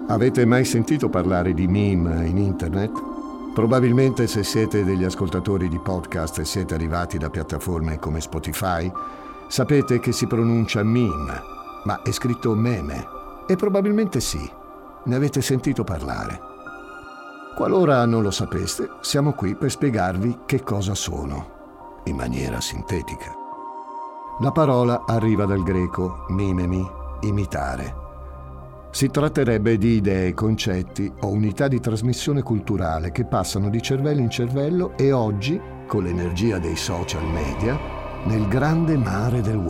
Avete mai sentito parlare di meme in internet? Probabilmente se siete degli ascoltatori di podcast e siete arrivati da piattaforme come Spotify, sapete che si pronuncia meme, ma è scritto meme. E probabilmente sì, ne avete sentito parlare. Qualora non lo sapeste, siamo qui per spiegarvi che cosa sono, in maniera sintetica. La parola arriva dal greco mimemi, imitare. Si tratterebbe di idee, concetti o unità di trasmissione culturale che passano di cervello in cervello e oggi, con l'energia dei social media, nel grande mare del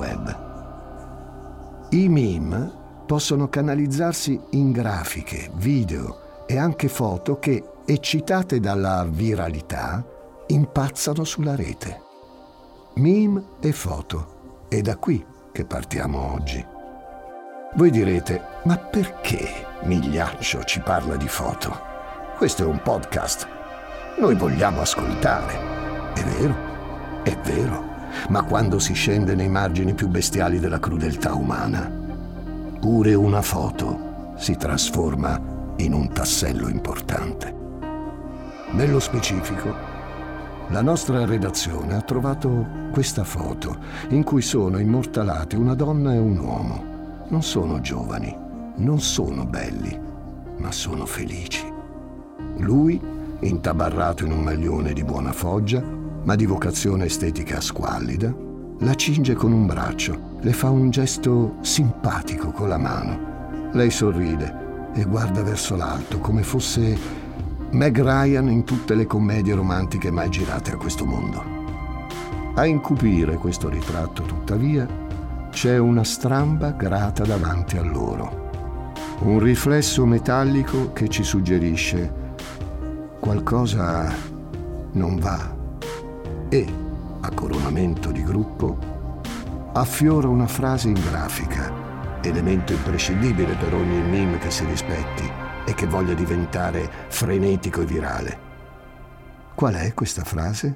web. I meme possono canalizzarsi in grafiche, video e anche foto che, eccitate dalla viralità, impazzano sulla rete. Meme e foto. È da qui che partiamo oggi. Voi direte, ma perché Migliaccio ci parla di foto? Questo è un podcast. Noi vogliamo ascoltare. È vero, ma quando si scende nei margini più bestiali della crudeltà umana, pure una foto si trasforma in un tassello importante. Nello specifico, la nostra redazione ha trovato questa foto in cui sono immortalati una donna e un uomo. Non sono giovani, non sono belli, ma sono felici. Lui, intabarrato in un maglione di buona foggia, ma di vocazione estetica squallida, la cinge con un braccio, le fa un gesto simpatico con la mano. Lei sorride e guarda verso l'alto come fosse Meg Ryan in tutte le commedie romantiche mai girate a questo mondo. A incupire questo ritratto, tuttavia, c'è una stramba grata davanti a loro. Un riflesso metallico che ci suggerisce qualcosa non va e, a coronamento di gruppo, affiora una frase in grafica, elemento imprescindibile per ogni meme che si rispetti e che voglia diventare frenetico e virale. Qual è questa frase?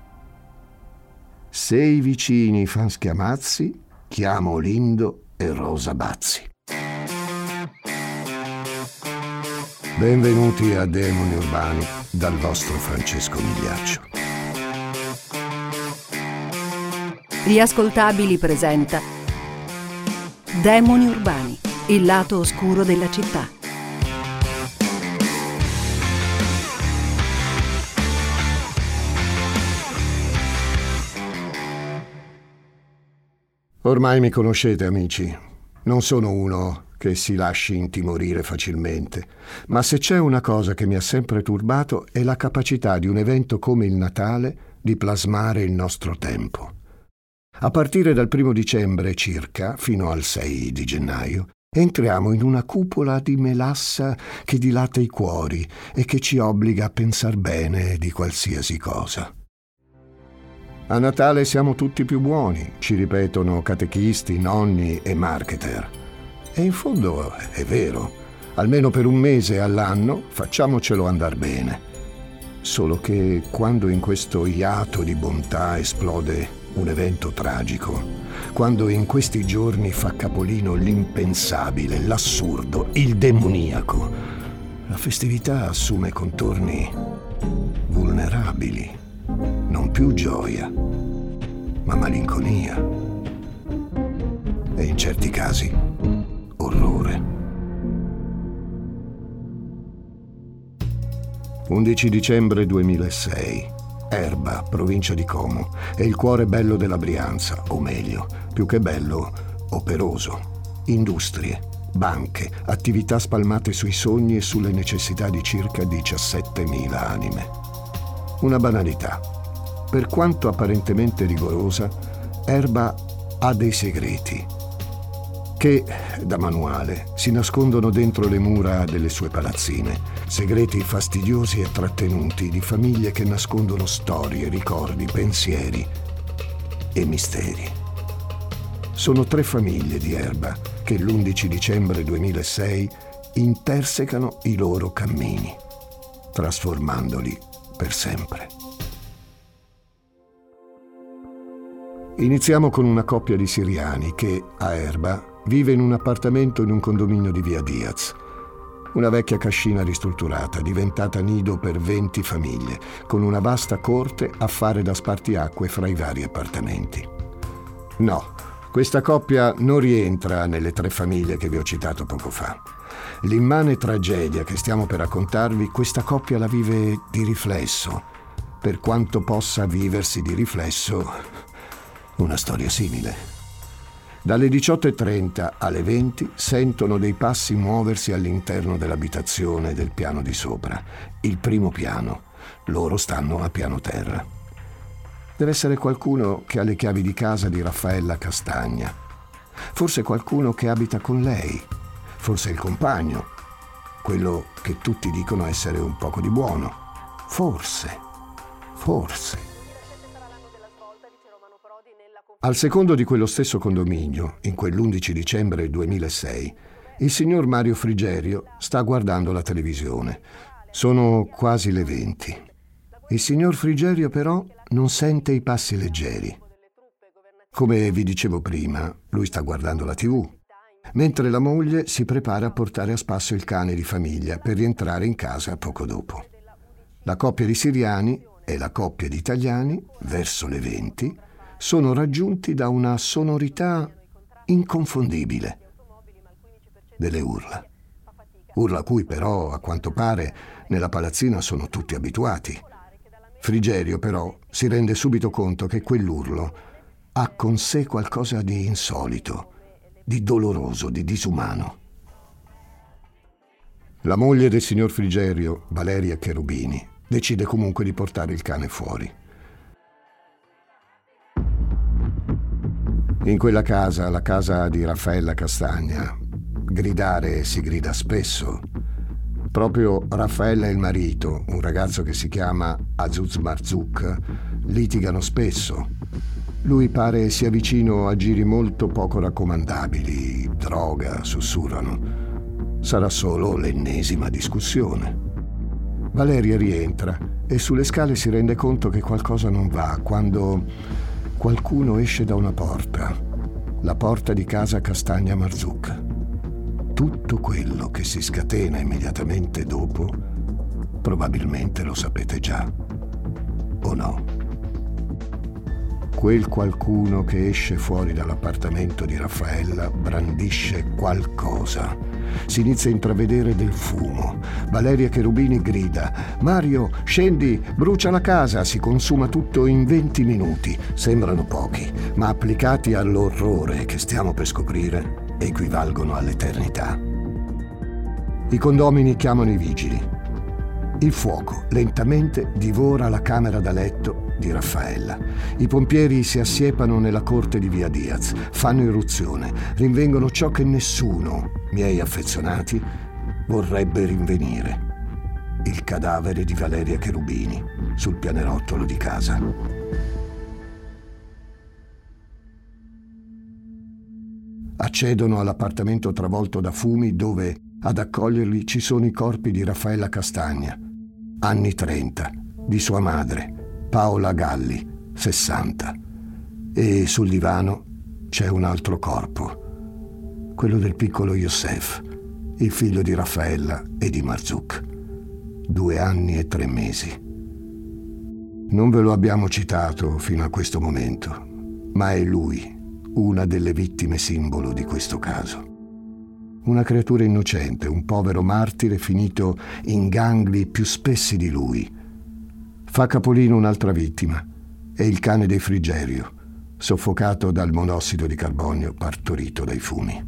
Se i vicini fan schiamazzi, chiamo Lindo e Rosa Bazzi. Benvenuti a Demoni Urbani dal vostro Francesco Migliaccio. Riascoltabili presenta Demoni Urbani, il lato oscuro della città. Ormai mi conoscete, amici. Non sono uno che si lasci intimorire facilmente, ma se c'è una cosa che mi ha sempre turbato è la capacità di un evento come il Natale di plasmare il nostro tempo. A partire dal 1 dicembre circa, fino al 6 di gennaio, entriamo in una cupola di melassa che dilata i cuori e che ci obbliga a pensar bene di qualsiasi cosa. A Natale siamo tutti più buoni, ci ripetono catechisti, nonni e marketer. E in fondo è vero, almeno per un mese all'anno facciamocelo andar bene. Solo che quando in questo iato di bontà esplode un evento tragico, quando in questi giorni fa capolino l'impensabile, l'assurdo, il demoniaco, la festività assume contorni vulnerabili. Non più gioia, ma malinconia e in certi casi orrore. 11 dicembre 2006. Erba, provincia di Como, è il cuore bello della Brianza, o meglio, più che bello, operoso. Industrie, banche, attività spalmate sui sogni e sulle necessità di circa 17.000 anime. Una banalità. Per quanto apparentemente rigorosa, Erba ha dei segreti che, da manuale, si nascondono dentro le mura delle sue palazzine. Segreti fastidiosi e trattenuti di famiglie che nascondono storie, ricordi, pensieri e misteri. Sono 3 famiglie di Erba che l'11 dicembre 2006 intersecano i loro cammini, trasformandoli per sempre. Iniziamo con una coppia di siriani che, a Erba, vive in un appartamento in un condominio di via Diaz. Una vecchia cascina ristrutturata, diventata nido per 20 famiglie, con una vasta corte a fare da spartiacque fra i vari appartamenti. No, questa coppia non rientra nelle 3 famiglie che vi ho citato poco fa. L'immane tragedia che stiamo per raccontarvi, questa coppia la vive di riflesso, per quanto possa viversi di riflesso una storia simile. Dalle 18:30 alle 20 sentono dei passi muoversi all'interno dell'abitazione del piano di sopra, il primo piano. Loro stanno a piano terra. Deve essere qualcuno che ha le chiavi di casa di Raffaella Castagna. Forse qualcuno che abita con lei. Forse il compagno. Quello che tutti dicono essere un poco di buono. Forse. Al secondo di quello stesso condominio, in quell'11 dicembre 2006, il signor Mario Frigerio sta guardando la televisione. Sono quasi le 20. Il signor Frigerio però non sente i passi leggeri. Come vi dicevo prima, lui sta guardando la TV, mentre la moglie si prepara a portare a spasso il cane di famiglia per rientrare in casa poco dopo. La coppia di siriani e la coppia di italiani, verso le 20, sono raggiunti da una sonorità inconfondibile. Delle urla. Urla a cui però, a quanto pare, nella palazzina sono tutti abituati. Frigerio però si rende subito conto che quell'urlo ha con sé qualcosa di insolito, di doloroso, di disumano. La moglie del signor Frigerio, Valeria Cherubini, decide comunque di portare il cane fuori. In quella casa, la casa di Raffaella Castagna, gridare si grida spesso. Proprio Raffaella e il marito, un ragazzo che si chiama Azuz Marzouk, litigano spesso. Lui pare sia vicino a giri molto poco raccomandabili, droga, sussurrano. Sarà solo l'ennesima discussione. Valeria rientra e sulle scale si rende conto che qualcosa non va quando qualcuno esce da una porta, la porta di casa Castagna Marzouk. Tutto quello che si scatena immediatamente dopo, probabilmente lo sapete già, o no? Quel qualcuno che esce fuori dall'appartamento di Raffaella brandisce qualcosa. Si inizia a intravedere del fumo. Valeria Cherubini grida: «Mario, scendi, brucia la casa!» Si consuma tutto in 20 minuti. Sembrano pochi, ma applicati all'orrore che stiamo per scoprire, equivalgono all'eternità. I condomini chiamano i vigili. Il fuoco lentamente divora la camera da letto di Raffaella. I pompieri si assiepano nella corte di via Diaz, fanno irruzione, rinvengono ciò che nessuno, miei affezionati, vorrebbe rinvenire: il cadavere di Valeria Cherubini sul pianerottolo di casa. Accedono all'appartamento travolto da fumi dove ad accoglierli ci sono i corpi di Raffaella Castagna, anni 30, di sua madre, Paola Galli, 60, e sul divano c'è un altro corpo, quello del piccolo Youssef, il figlio di Raffaella e di Marzouk, 2 anni e 3 mesi. Non ve lo abbiamo citato fino a questo momento, ma è lui una delle vittime simbolo di questo caso. Una creatura innocente, un povero martire finito in gangli più spessi di lui. Fa capolino un'altra vittima, è il cane dei Frigerio, soffocato dal monossido di carbonio partorito dai fumi.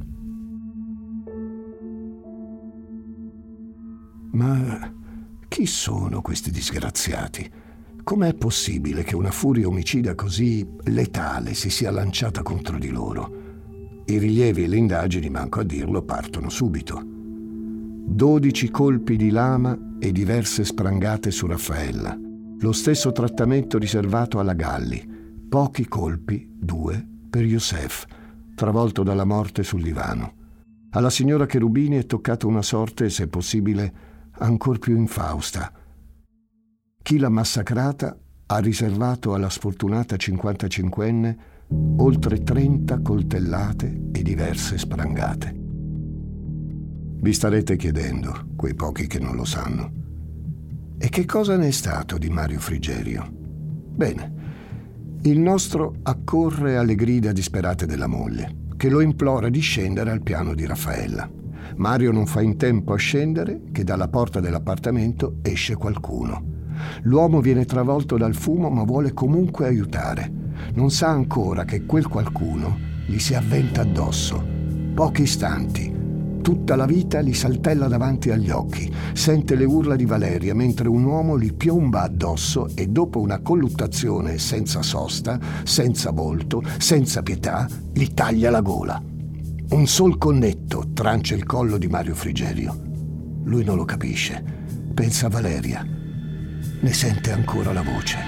Ma chi sono questi disgraziati? Com'è possibile che una furia omicida così letale si sia lanciata contro di loro? I rilievi e le indagini, manco a dirlo, partono subito. 12 colpi di lama e diverse sprangate su Raffaella. Lo stesso trattamento riservato alla Galli. Pochi colpi, 2, per Youssef, travolto dalla morte sul divano. Alla signora Cherubini è toccata una sorte, se possibile, ancor più infausta. Chi l'ha massacrata ha riservato alla sfortunata 55enne oltre 30 coltellate e diverse sprangate. Vi starete chiedendo, quei pochi che non lo sanno, e che cosa ne è stato di Mario Frigerio? Bene, il nostro accorre alle grida disperate della moglie, che lo implora di scendere al piano di Raffaella. Mario non fa in tempo a scendere che dalla porta dell'appartamento esce qualcuno. L'uomo viene travolto dal fumo ma vuole comunque aiutare. Non sa ancora che quel qualcuno gli si avventa addosso. Pochi istanti. Tutta la vita gli saltella davanti agli occhi. Sente le urla di Valeria mentre un uomo gli piomba addosso e dopo una colluttazione senza sosta, senza volto, senza pietà, gli taglia la gola. Un solco netto trancia il collo di Mario Frigerio. Lui non lo capisce. Pensa a Valeria. Ne sente ancora la voce.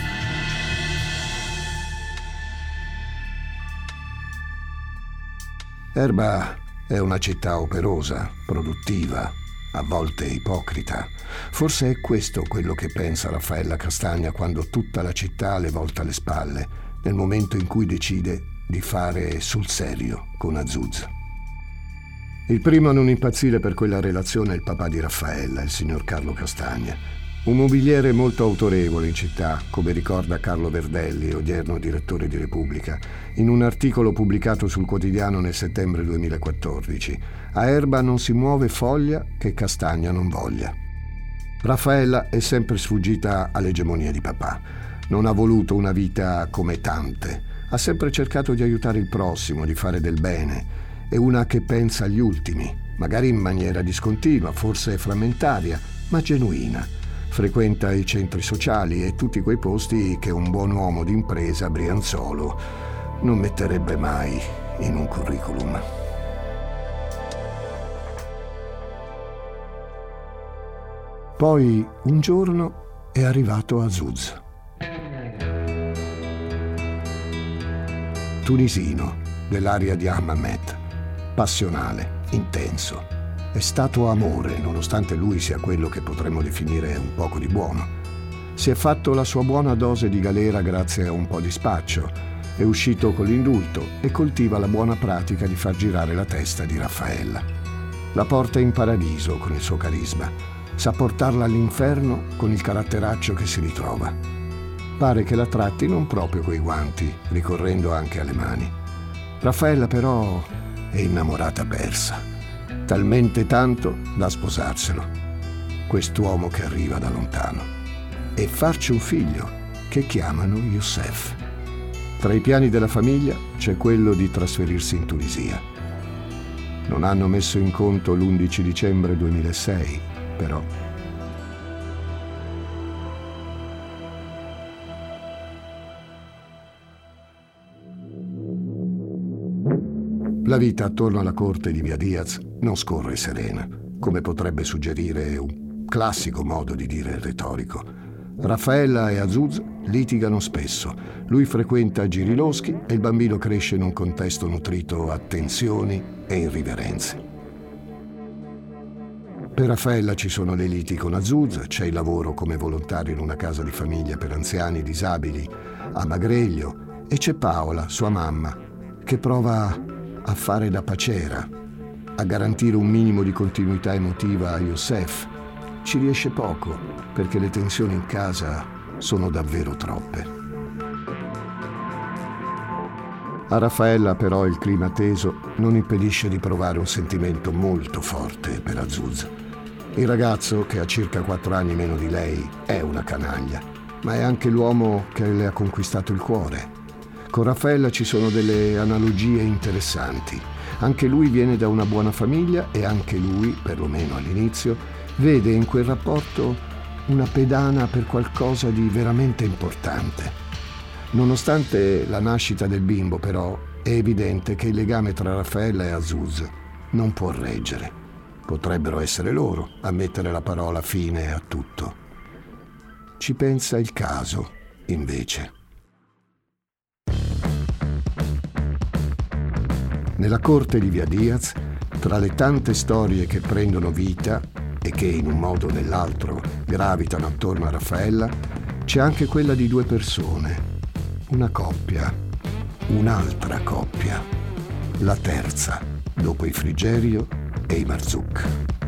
Erba è una città operosa, produttiva, a volte ipocrita. Forse è questo quello che pensa Raffaella Castagna quando tutta la città le volta le spalle, nel momento in cui decide di fare sul serio con Azuz. Il primo a non impazzire per quella relazione è il papà di Raffaella, il signor Carlo Castagna. Un mobiliere molto autorevole in città, come ricorda Carlo Verdelli, odierno direttore di Repubblica, in un articolo pubblicato sul quotidiano nel settembre 2014. A Erba non si muove foglia che Castagna non voglia. Raffaella è sempre sfuggita all'egemonia di papà. Non ha voluto una vita come tante. Ha sempre cercato di aiutare il prossimo, di fare del bene. È una che pensa agli ultimi, magari in maniera discontinua, forse frammentaria, ma genuina. Frequenta i centri sociali e tutti quei posti che un buon uomo d'impresa brianzolo non metterebbe mai in un curriculum. Poi un giorno è arrivato Azuz. Tunisino, dell'area di Hammamet, passionale, intenso. È stato amore, nonostante lui sia quello che potremmo definire un poco di buono. Si è fatto la sua buona dose di galera grazie a un po' di spaccio, è uscito con l'indulto e coltiva la buona pratica di far girare la testa di Raffaella. La porta in paradiso con il suo carisma, sa portarla all'inferno con il caratteraccio che si ritrova. Pare che la tratti non proprio coi guanti, ricorrendo anche alle mani. Raffaella però è innamorata persa. Talmente tanto da sposarselo, quest'uomo che arriva da lontano, e farci un figlio che chiamano Youssef. Tra i piani della famiglia c'è quello di trasferirsi in Tunisia. Non hanno messo in conto l'11 dicembre 2006, però. La vita attorno alla corte di Via Diaz non scorre serena, come potrebbe suggerire un classico modo di dire retorico. Raffaella e Azuz litigano spesso, lui frequenta giri loschi e il bambino cresce in un contesto nutrito a tensioni e irriverenze. Per Raffaella ci sono le liti con Azuz, c'è il lavoro come volontario in una casa di famiglia per anziani disabili a Magreglio e c'è Paola, sua mamma, che prova a fare da pacera, a garantire un minimo di continuità emotiva a Youssef. Ci riesce poco, perché le tensioni in casa sono davvero troppe. A Raffaella però il clima teso non impedisce di provare un sentimento molto forte per Azuz. Il ragazzo, che ha circa 4 anni meno di lei, è una canaglia, ma è anche l'uomo che le ha conquistato il cuore. Con Raffaella ci sono delle analogie interessanti. Anche lui viene da una buona famiglia e anche lui, perlomeno all'inizio, vede in quel rapporto una pedana per qualcosa di veramente importante. Nonostante la nascita del bimbo, però, è evidente che il legame tra Raffaella e Azuz non può reggere. Potrebbero essere loro a mettere la parola fine a tutto. Ci pensa il caso, invece. Nella corte di Via Diaz, tra le tante storie che prendono vita e che in un modo o nell'altro gravitano attorno a Raffaella, c'è anche quella di 2 persone, una coppia, un'altra coppia, la terza, dopo i Frigerio, e i Marzuc.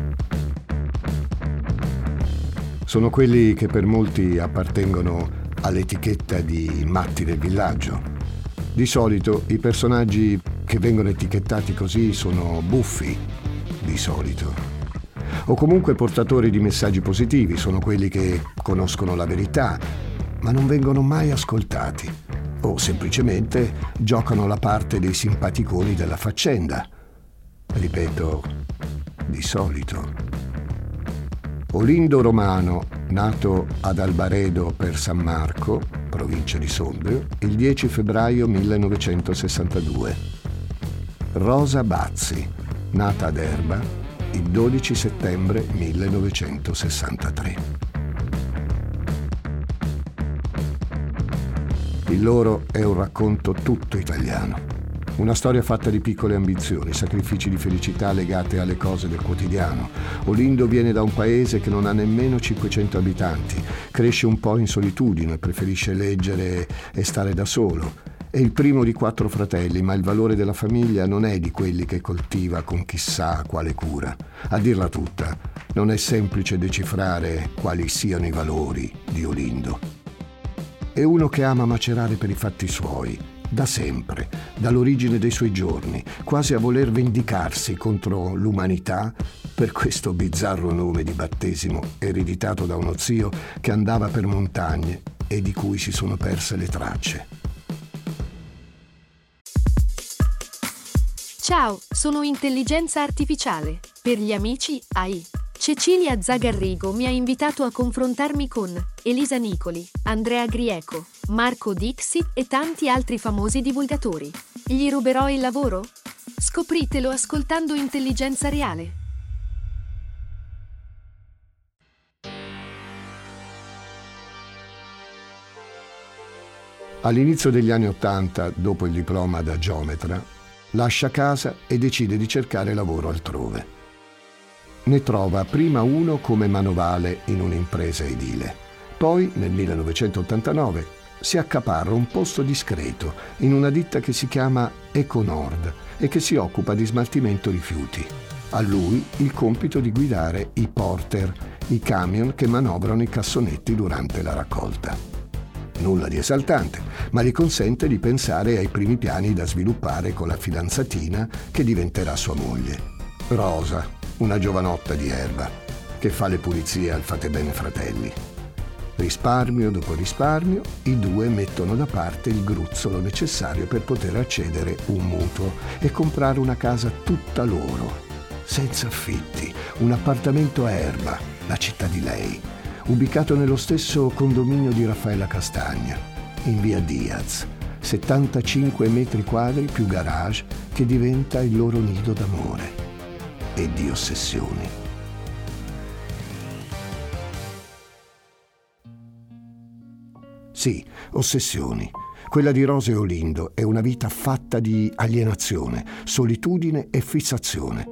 Sono quelli che per molti appartengono all'etichetta di matti del villaggio. Di solito i personaggi che vengono etichettati così sono buffi, di solito, o comunque portatori di messaggi positivi, sono quelli che conoscono la verità, ma non vengono mai ascoltati, o semplicemente giocano la parte dei simpaticoni della faccenda. Ripeto, di solito. Olindo Romano, nato ad Albaredo per San Marco, provincia di Sondrio, il 10 febbraio 1962. Rosa Bazzi, nata ad Erba, il 12 settembre 1963. Il loro è un racconto tutto italiano. Una storia fatta di piccole ambizioni, sacrifici di felicità legate alle cose del quotidiano. Olindo viene da un paese che non ha nemmeno 500 abitanti, cresce un po' in solitudine, preferisce leggere e stare da solo. È il primo di 4 fratelli, ma il valore della famiglia non è di quelli che coltiva con chissà quale cura. A dirla tutta, non è semplice decifrare quali siano i valori di Olindo. È uno che ama macerare per i fatti suoi, da sempre, dall'origine dei suoi giorni, quasi a voler vendicarsi contro l'umanità per questo bizzarro nome di battesimo ereditato da uno zio che andava per montagne e di cui si sono perse le tracce. Ciao, sono intelligenza artificiale. Per gli amici, AI. Cecilia Zagarrigo mi ha invitato a confrontarmi con Elisa Nicoli, Andrea Grieco, Marco Dixit e tanti altri famosi divulgatori. Gli ruberò il lavoro? Scopritelo ascoltando Intelligenza Reale. All'inizio degli anni '80, dopo il diploma da geometra, lascia casa e decide di cercare lavoro altrove. Ne trova prima uno come manovale in un'impresa edile. Poi, nel 1989, si accaparra un posto discreto in una ditta che si chiama Econord e che si occupa di smaltimento rifiuti. A lui il compito di guidare i porter, i camion che manovrano i cassonetti durante la raccolta. Nulla di esaltante, ma gli consente di pensare ai primi piani da sviluppare con la fidanzatina che diventerà sua moglie. Rosa, una giovanotta di Erba, che fa le pulizie al Fate Bene Fratelli. Risparmio dopo risparmio, i due mettono da parte il gruzzolo necessario per poter accedere un mutuo e comprare una casa tutta loro, senza affitti, un appartamento a Erba, la città di lei, ubicato nello stesso condominio di Raffaella Castagna, in via Diaz, 75 metri quadri più garage, che diventa il loro nido d'amore e di ossessioni. Sì, ossessioni. Quella di Rosa e Olindo è una vita fatta di alienazione, solitudine e fissazione.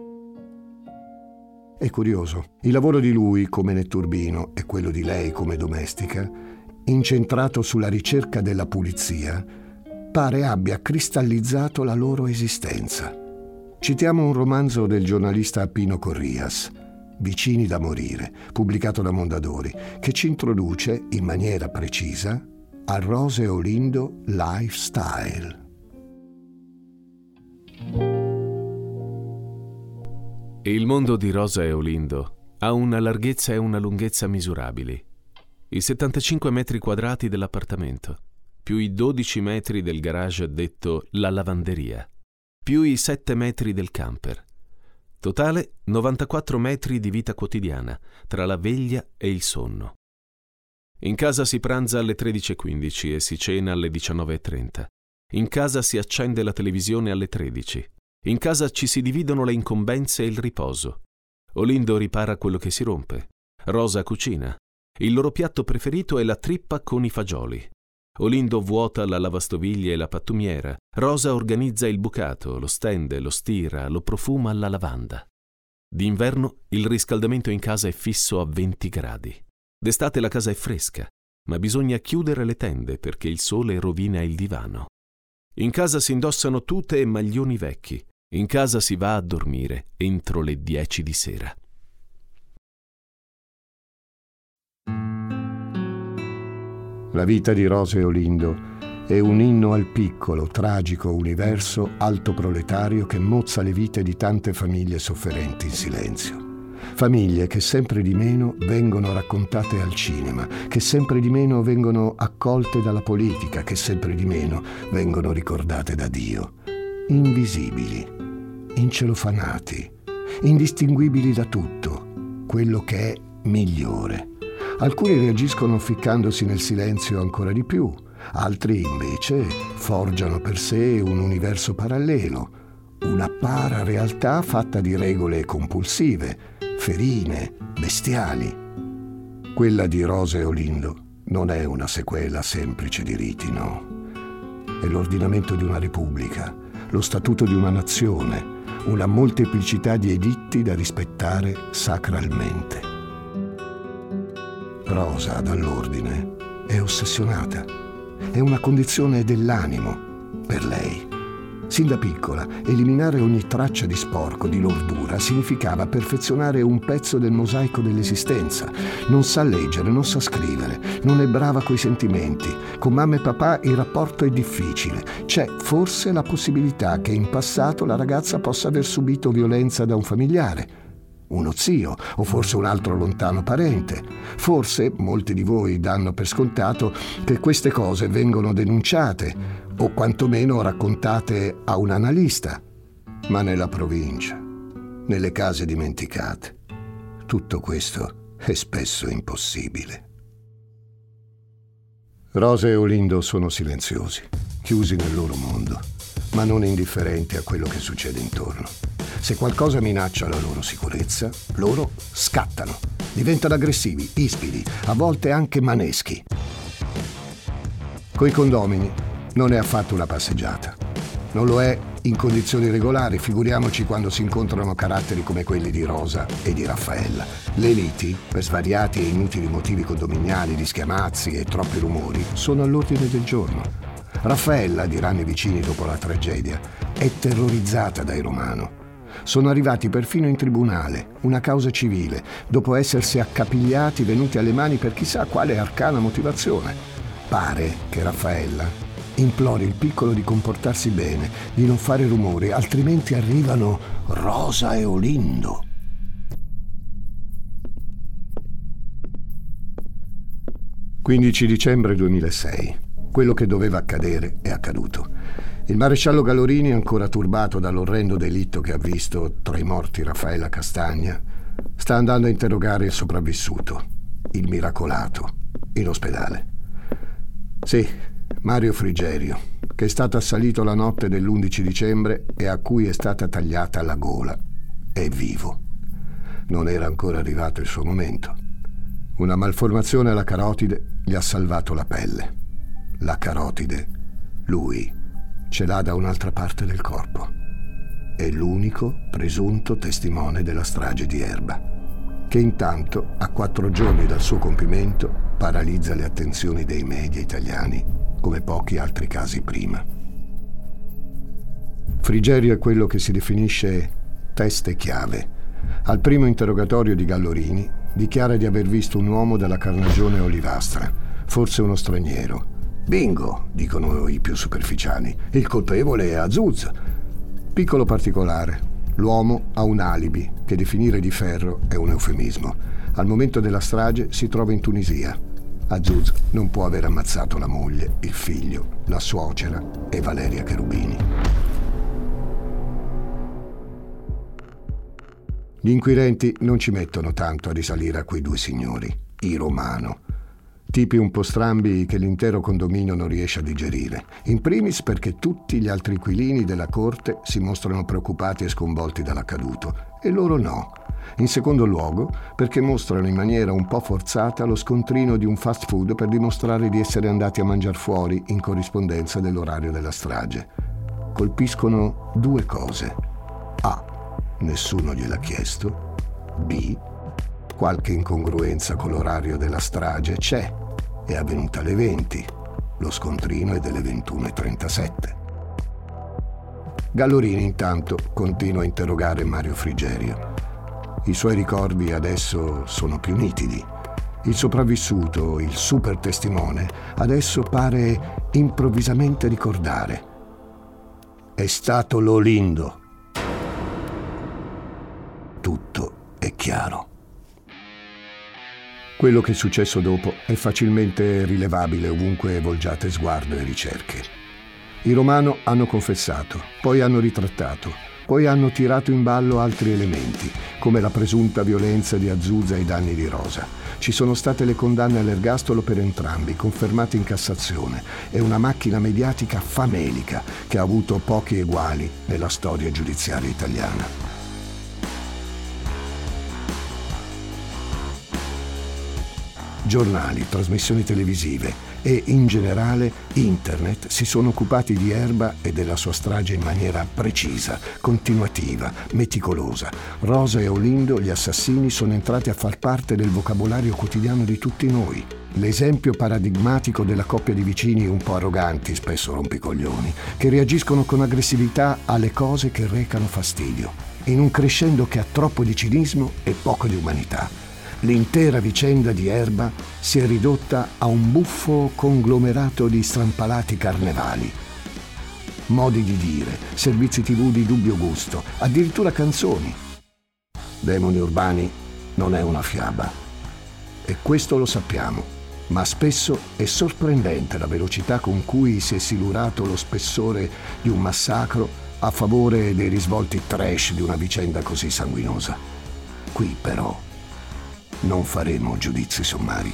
È curioso, il lavoro di lui come netturbino e quello di lei come domestica, incentrato sulla ricerca della pulizia, pare abbia cristallizzato la loro esistenza. Citiamo un romanzo del giornalista Pino Corrias, Vicini da morire, pubblicato da Mondadori, che ci introduce in maniera precisa al Rosa e Olindo lifestyle. Il mondo di Rosa e Olindo ha una larghezza e una lunghezza misurabili. I 75 metri quadrati dell'appartamento, più i 12 metri del garage detto la lavanderia, più i 7 metri del camper. Totale 94 metri di vita quotidiana, tra la veglia e il sonno. In casa si pranza alle 13:15 e si cena alle 19:30. In casa si accende la televisione alle 13. In casa ci si dividono le incombenze e il riposo. Olindo ripara quello che si rompe. Rosa cucina. Il loro piatto preferito è la trippa con i fagioli. Olindo vuota la lavastoviglie e la pattumiera. Rosa organizza il bucato, lo stende, lo stira, lo profuma alla lavanda. D'inverno il riscaldamento in casa è fisso a 20 gradi. D'estate la casa è fresca, ma bisogna chiudere le tende perché il sole rovina il divano. In casa si indossano tute e maglioni vecchi. In casa si va a dormire entro le 10 di sera. La vita di Rosa e Olindo è un inno al piccolo, tragico universo altoproletario che mozza le vite di tante famiglie sofferenti in silenzio. Famiglie che sempre di meno vengono raccontate al cinema, che sempre di meno vengono accolte dalla politica, che sempre di meno vengono ricordate da Dio. Invisibili, incelofanati, indistinguibili da tutto, quello che è migliore. Alcuni reagiscono ficcandosi nel silenzio ancora di più, altri invece forgiano per sé un universo parallelo, una para-realtà fatta di regole compulsive, ferine, bestiali. Quella di Rosa e Olindo non è una sequela semplice di riti, no. È l'ordinamento di una repubblica, lo statuto di una nazione, una molteplicità di editti da rispettare sacralmente. Rosa, dall'ordine, è ossessionata. È una condizione dell'animo per lei. Sin da piccola, eliminare ogni traccia di sporco, di lordura, significava perfezionare un pezzo del mosaico dell'esistenza. Non sa leggere, non sa scrivere, non è brava coi sentimenti. Con mamma e papà il rapporto è difficile. C'è forse la possibilità che in passato la ragazza possa aver subito violenza da un familiare, uno zio o forse un altro lontano parente. Forse molti di voi danno per scontato che queste cose vengono denunciate o quantomeno raccontate a un analista. Ma nella provincia, nelle case dimenticate, tutto questo è spesso impossibile. Rosa e Olindo sono silenziosi, chiusi nel loro mondo, ma non indifferenti a quello che succede intorno. Se qualcosa minaccia la loro sicurezza, loro scattano, diventano aggressivi, ispidi, a volte anche maneschi. Coi condomini non è affatto una passeggiata. Non lo è in condizioni regolari, figuriamoci quando si incontrano caratteri come quelli di Rosa e di Raffaella. Le liti, per svariati e inutili motivi condominiali di schiamazzi e troppi rumori, sono all'ordine del giorno. Raffaella, diranno i vicini dopo la tragedia, è terrorizzata dai Romano. Sono arrivati perfino in tribunale, una causa civile, dopo essersi accapigliati venuti alle mani per chissà quale arcana motivazione. Pare che Raffaella implori il piccolo di comportarsi bene, di non fare rumori, altrimenti arrivano Rosa e Olindo. «15 dicembre 2006. Quello che doveva accadere è accaduto. Il maresciallo Gallorini, ancora turbato dall'orrendo delitto che ha visto tra i morti Raffaella Castagna, sta andando a interrogare il sopravvissuto, il miracolato, in ospedale. Sì, Mario Frigerio, che è stato assalito la notte dell'11 dicembre e a cui è stata tagliata la gola, è vivo. Non era ancora arrivato il suo momento. Una malformazione alla carotide gli ha salvato la pelle. La carotide, lui ce l'ha da un'altra parte del corpo. È l'unico presunto testimone della strage di Erba, che intanto, a 4 giorni dal suo compimento, paralizza le attenzioni dei media italiani come pochi altri casi prima. Frigerio è quello che si definisce teste chiave. Al primo interrogatorio di Gallorini dichiara di aver visto un uomo dalla carnagione olivastra, forse uno straniero. Bingo, dicono i più superficiali, il colpevole è Azuz. Piccolo particolare, l'uomo ha un alibi che definire di ferro è un eufemismo. Al momento della strage si trova in Tunisia. Azuz non può aver ammazzato la moglie, il figlio, la suocera e Valeria Cherubini. Gli inquirenti non ci mettono tanto a risalire a quei 2 signori, i Romano. Tipi un po' strambi che l'intero condominio non riesce a digerire. In primis perché tutti gli altri inquilini della corte si mostrano preoccupati e sconvolti dall'accaduto, e loro no. In secondo luogo perché mostrano in maniera un po' forzata lo scontrino di un fast food per dimostrare di essere andati a mangiar fuori in corrispondenza dell'orario della strage. Colpiscono 2 cose. A. Nessuno gliel'ha chiesto. B. Qualche incongruenza con l'orario della strage c'è. È avvenuta alle 20. Lo scontrino è delle 21:37. Gallorini intanto continua a interrogare Mario Frigerio. I suoi ricordi adesso sono più nitidi. Il sopravvissuto, il super testimone, adesso pare improvvisamente ricordare. È stato l'Olindo. Tutto è chiaro. Quello che è successo dopo è facilmente rilevabile ovunque volgiate sguardo e ricerche. I Romano hanno confessato, poi hanno ritrattato, poi hanno tirato in ballo altri elementi, come la presunta violenza di Azuzza ai danni di Rosa. Ci sono state le condanne all'ergastolo per entrambi, confermate in Cassazione, e una macchina mediatica famelica che ha avuto pochi eguali nella storia giudiziaria italiana. Giornali, trasmissioni televisive e, in generale, internet si sono occupati di Erba e della sua strage in maniera precisa, continuativa, meticolosa. Rosa e Olindo, gli assassini, sono entrati a far parte del vocabolario quotidiano di tutti noi. L'esempio paradigmatico della coppia di vicini un po' arroganti, spesso rompicoglioni, che reagiscono con aggressività alle cose che recano fastidio, in un crescendo che ha troppo di cinismo e poco di umanità. L'intera vicenda di Erba si è ridotta a un buffo conglomerato di strampalati carnevali. Modi di dire, servizi TV di dubbio gusto, addirittura canzoni. Demoni urbani non è una fiaba. E questo lo sappiamo, ma spesso è sorprendente la velocità con cui si è silurato lo spessore di un massacro a favore dei risvolti trash di una vicenda così sanguinosa. Qui però non faremo giudizi sommari.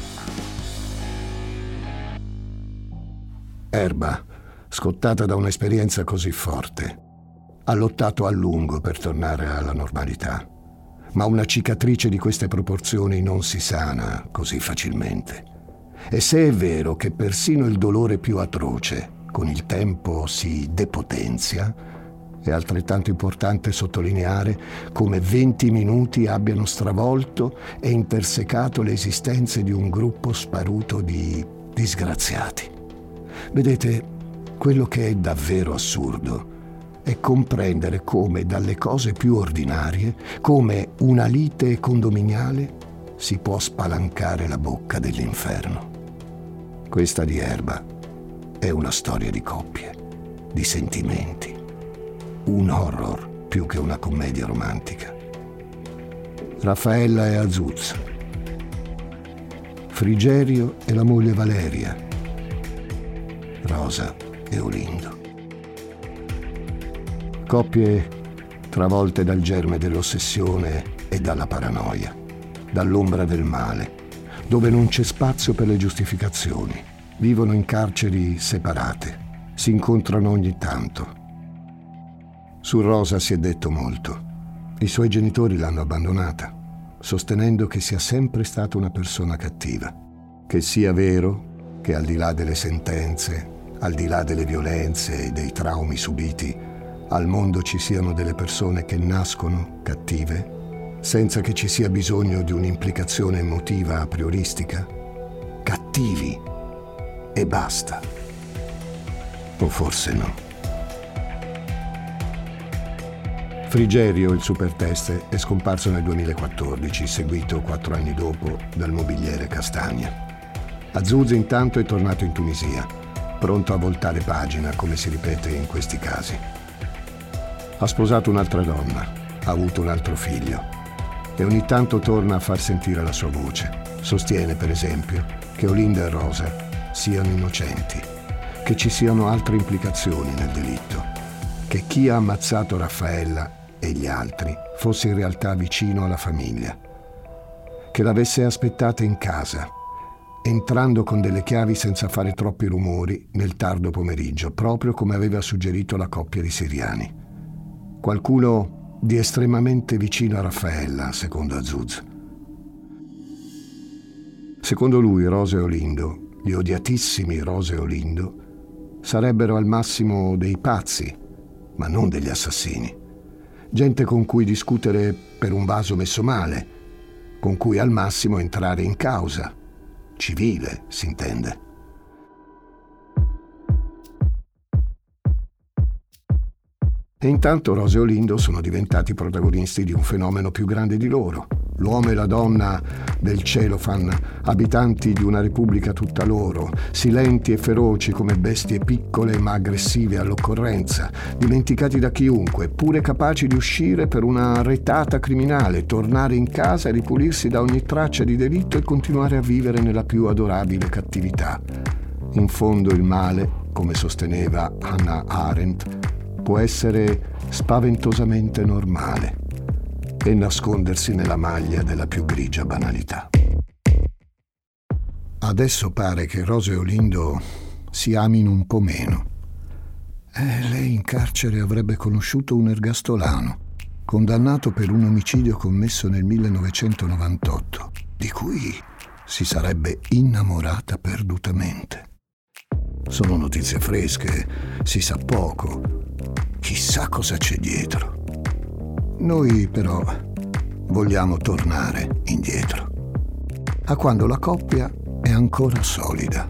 Erba, scottata da un'esperienza così forte, ha lottato a lungo per tornare alla normalità, ma una cicatrice di queste proporzioni non si sana così facilmente. E se è vero che persino il dolore più atroce con il tempo si depotenzia, è altrettanto importante sottolineare come 20 minuti abbiano stravolto e intersecato le esistenze di un gruppo sparuto di disgraziati. Vedete, quello che è davvero assurdo è comprendere come dalle cose più ordinarie, come una lite condominiale, si può spalancare la bocca dell'inferno. Questa di Erba è una storia di coppie, di sentimenti, un horror più che una commedia romantica. Raffaella e Azuzza, Frigerio e la moglie Valeria, Rosa e Olindo. Coppie travolte dal germe dell'ossessione e dalla paranoia, dall'ombra del male, dove non c'è spazio per le giustificazioni. Vivono in carceri separate, si incontrano ogni tanto. Su Rosa si è detto molto. I suoi genitori l'hanno abbandonata, sostenendo che sia sempre stata una persona cattiva. Che sia vero che al di là delle sentenze, al di là delle violenze e dei traumi subiti, al mondo ci siano delle persone che nascono cattive, senza che ci sia bisogno di un'implicazione emotiva a prioristica. Cattivi e basta. O forse no. Frigerio, il superteste, è scomparso nel 2014, seguito 4 anni dopo dal mobiliere Castagna. Azuzza intanto è tornato in Tunisia, pronto a voltare pagina, come si ripete in questi casi. Ha sposato un'altra donna, ha avuto un altro figlio e ogni tanto torna a far sentire la sua voce. Sostiene, per esempio, che Olindo e Rosa siano innocenti, che ci siano altre implicazioni nel delitto, che chi ha ammazzato Raffaella e gli altri fosse in realtà vicino alla famiglia, che l'avesse aspettata in casa, entrando con delle chiavi senza fare troppi rumori nel tardo pomeriggio, proprio come aveva suggerito la coppia di siriani. Qualcuno di estremamente vicino a Raffaella, secondo Azuzza. Secondo lui, Rosa e Olindo, gli odiatissimi Rosa e Olindo, sarebbero al massimo dei pazzi, ma non degli assassini. Gente con cui discutere per un vaso messo male, con cui al massimo entrare in causa. Civile, si intende. E intanto Rosa e Olindo sono diventati protagonisti di un fenomeno più grande di loro. L'uomo e la donna del celofan, abitanti di una repubblica tutta loro, silenti e feroci come bestie piccole ma aggressive all'occorrenza, dimenticati da chiunque, eppure capaci di uscire per una retata criminale, tornare in casa e ripulirsi da ogni traccia di delitto e continuare a vivere nella più adorabile cattività. In fondo il male, come sosteneva Hannah Arendt, può essere spaventosamente normale e nascondersi nella maglia della più grigia banalità. Adesso pare che Rosa e Olindo si amino un po' meno. Lei in carcere avrebbe conosciuto un ergastolano, condannato per un omicidio commesso nel 1998, di cui si sarebbe innamorata perdutamente. Sono notizie fresche, si sa poco. Chissà cosa c'è dietro. Noi però vogliamo tornare indietro, a quando la coppia è ancora solida.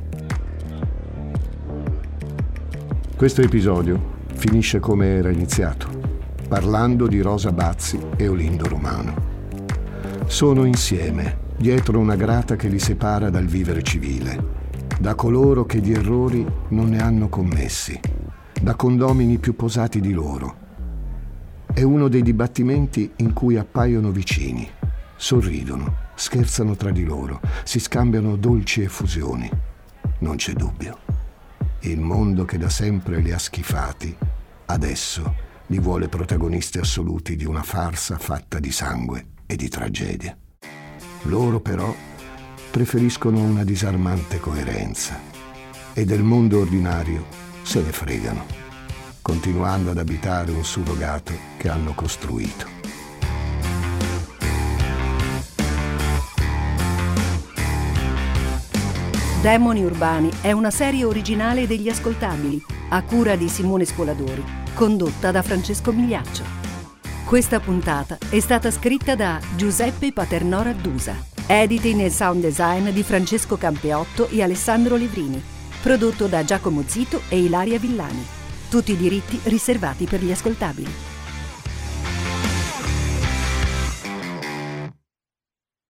Questo episodio finisce come era iniziato, parlando di Rosa Bazzi e Olindo Romano. Sono insieme, dietro una grata che li separa dal vivere civile, da coloro che di errori non ne hanno commessi, da condomini più posati di loro. È uno dei dibattimenti in cui appaiono vicini, sorridono, scherzano tra di loro, si scambiano dolci effusioni. Non c'è dubbio. Il mondo che da sempre li ha schifati, adesso li vuole protagonisti assoluti di una farsa fatta di sangue e di tragedia. Loro però preferiscono una disarmante coerenza e del mondo ordinario se ne fregano, continuando ad abitare un surrogato che hanno costruito. Demoni urbani è una serie originale degli Ascoltabili, a cura di Simone Spoladori, condotta da Francesco Migliaccio. Questa puntata è stata scritta da Giuseppe Paternò Raddusa, editing e sound design di Francesco Campeotto e Alessandro Livrini, prodotto da Giacomo Zito e Ilaria Villani. Tutti i diritti riservati per gli Ascoltabili.